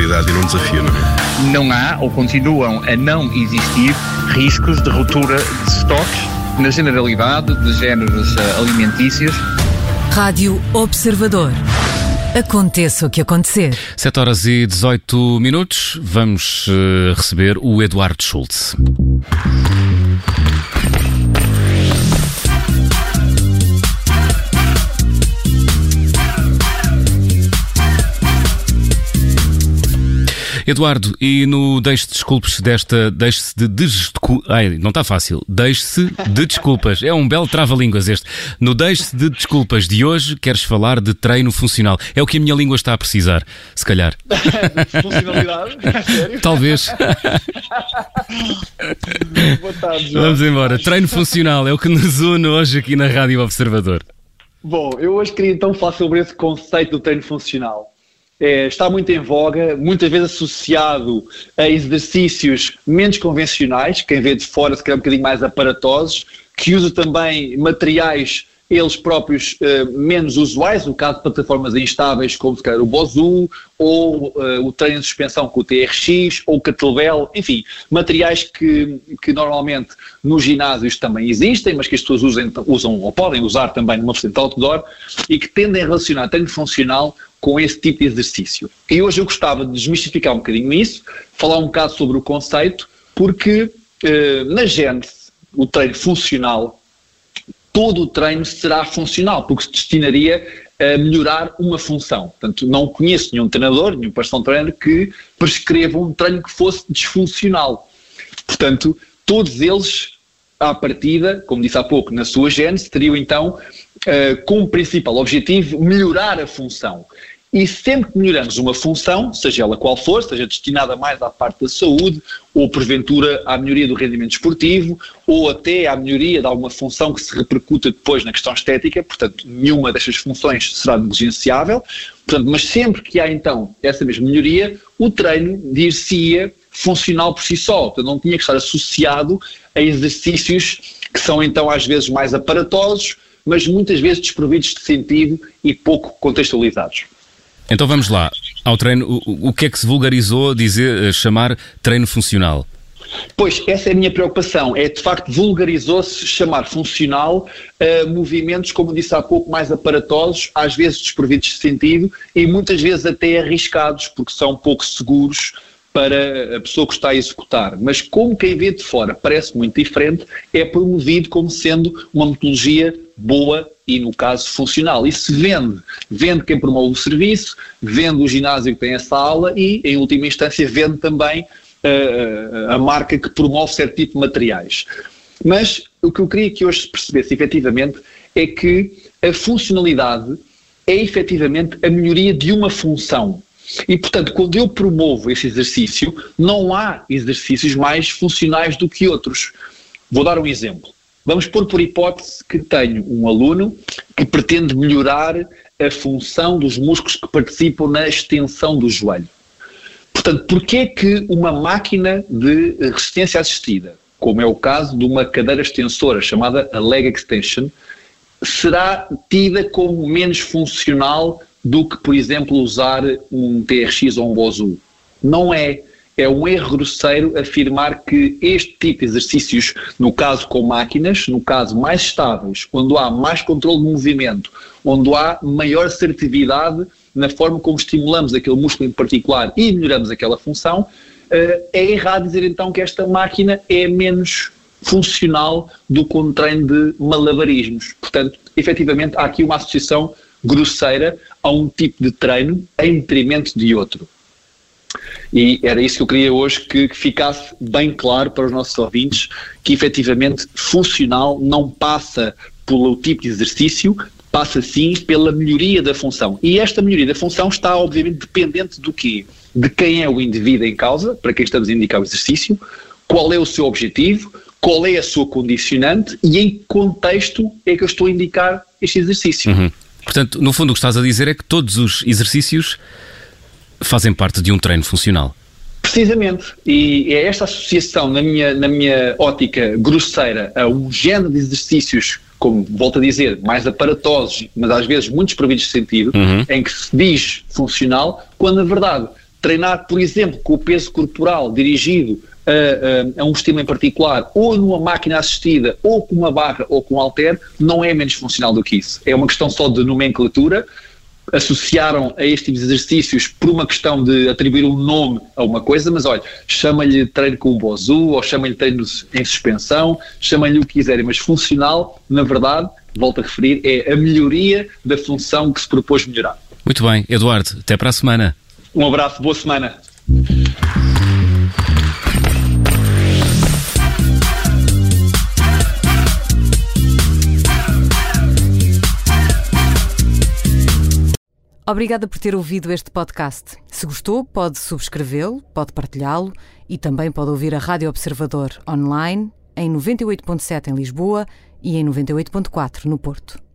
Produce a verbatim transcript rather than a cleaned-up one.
realidade e não desafio, não é? Não há, ou continuam a não existir, riscos de ruptura de estoques, na generalidade, de géneros alimentícios. Rádio Observador. Aconteça o que acontecer. sete horas e dezoito minutos, vamos uh, receber o Eduardo Schultz. Eduardo, e no Deixe-se Desculpas desta... Deixe-se de... Descu... Ai, não está fácil. Deixe-se de Desculpas. É um belo trava-línguas este. No Deixe-se de Desculpas de hoje, queres falar de treino funcional. É o que a minha língua está a precisar, se calhar. Funcionalidade? Sério? Talvez. Boa tarde, João. Vamos embora. Treino funcional é o que nos une hoje aqui na Rádio Observador. Bom, eu hoje queria então falar sobre esse conceito do treino funcional. É, está muito em voga, muitas vezes associado a exercícios menos convencionais, quem vê de fora se calhar um bocadinho mais aparatosos, que usa também materiais eles próprios uh, menos usuais, no caso de plataformas instáveis como se calhar o Bosu, ou uh, o treino de suspensão com o T R X, ou o Kettlebell, enfim, materiais que, que normalmente nos ginásios também existem, mas que as pessoas usam, usam ou podem usar também numa vertente outdoor, e que tendem a relacionar treino funcional com esse tipo de exercício. E hoje eu gostava de desmistificar um bocadinho isso, falar um bocado sobre o conceito, porque uh, na gênese, o treino funcional, todo o treino será funcional, porque se destinaria a melhorar uma função. Portanto, não conheço nenhum treinador, nenhum personal trainer que prescreva um treino que fosse disfuncional. Portanto, todos eles, à partida, como disse há pouco, na sua gênese, teriam então uh, como principal objetivo melhorar a função. E sempre que melhoramos uma função, seja ela qual for, seja destinada mais à parte da saúde, ou porventura à melhoria do rendimento esportivo, ou até à melhoria de alguma função que se repercuta depois na questão estética, portanto, nenhuma destas funções será negligenciável, portanto, mas sempre que há então essa mesma melhoria, o treino dir-se-ia funcional por si só, portanto, não tinha que estar associado a exercícios que são então às vezes mais aparatosos, mas muitas vezes desprovidos de sentido e pouco contextualizados. Então vamos lá, ao treino, o, o que é que se vulgarizou dizer, chamar treino funcional? Pois, essa é a minha preocupação, é de facto vulgarizou-se chamar funcional uh, movimentos, como disse há pouco, mais aparatosos, às vezes desprovidos de sentido e muitas vezes até arriscados, porque são pouco seguros para a pessoa que está a executar. Mas como quem vê de fora parece muito diferente, é promovido como sendo uma metodologia boa e, no caso, funcional. E se vende, vende quem promove o serviço, vende o ginásio que tem essa aula e, em última instância, vende também uh, a marca que promove certo tipo de materiais. Mas o que eu queria que hoje se percebesse, efetivamente, é que a funcionalidade é, efetivamente, a melhoria de uma função. E, portanto, quando eu promovo esse exercício, não há exercícios mais funcionais do que outros. Vou dar um exemplo. Vamos pôr por hipótese que tenho um aluno que pretende melhorar a função dos músculos que participam na extensão do joelho. Portanto, porquê é que uma máquina de resistência assistida, como é o caso de uma cadeira extensora chamada a leg extension, será tida como menos funcional do que, por exemplo, usar um T R X ou um Bosu? Não é. É um erro grosseiro afirmar que este tipo de exercícios, no caso com máquinas, no caso mais estáveis, onde há mais controle de movimento, onde há maior assertividade na forma como estimulamos aquele músculo em particular e melhoramos aquela função, é errado dizer então que esta máquina é menos funcional do que um treino de malabarismos. Portanto, efetivamente, há aqui uma associação grosseira a um tipo de treino em detrimento de outro. E era isso que eu queria hoje que, que ficasse bem claro para os nossos ouvintes, que efetivamente funcional não passa pelo tipo de exercício, passa sim pela melhoria da função. E esta melhoria da função está obviamente dependente do quê? De quem é o indivíduo em causa, para quem estamos a indicar o exercício, qual é o seu objetivo, qual é a sua condicionante e em que contexto é que eu estou a indicar este exercício. Uhum. Portanto, no fundo o que estás a dizer é que todos os exercícios fazem parte de um treino funcional. Precisamente, e é esta associação na minha, na minha ótica grosseira a um género de exercícios, como volto a dizer, mais aparatosos, mas às vezes muito desprovidos de sentido, uhum. em que se diz funcional, quando na verdade treinar, por exemplo, com o peso corporal dirigido a, a, a um estímulo em particular, ou numa máquina assistida, ou com uma barra, ou com um halter, não é menos funcional do que isso. É uma questão só de nomenclatura. Associaram a este tipo de exercícios por uma questão de atribuir um nome a uma coisa, mas olha, chama-lhe treino com o Bosu, ou chama-lhe treino em suspensão, chama-lhe o que quiserem, mas funcional, na verdade, volto a referir, é a melhoria da função que se propôs melhorar. Muito bem, Eduardo, até para a semana. Um abraço, boa semana. Obrigada por ter ouvido este podcast. Se gostou, pode subscrevê-lo, pode partilhá-lo e também pode ouvir a Rádio Observador online em noventa e oito ponto sete em Lisboa e em noventa e oito ponto quatro no Porto.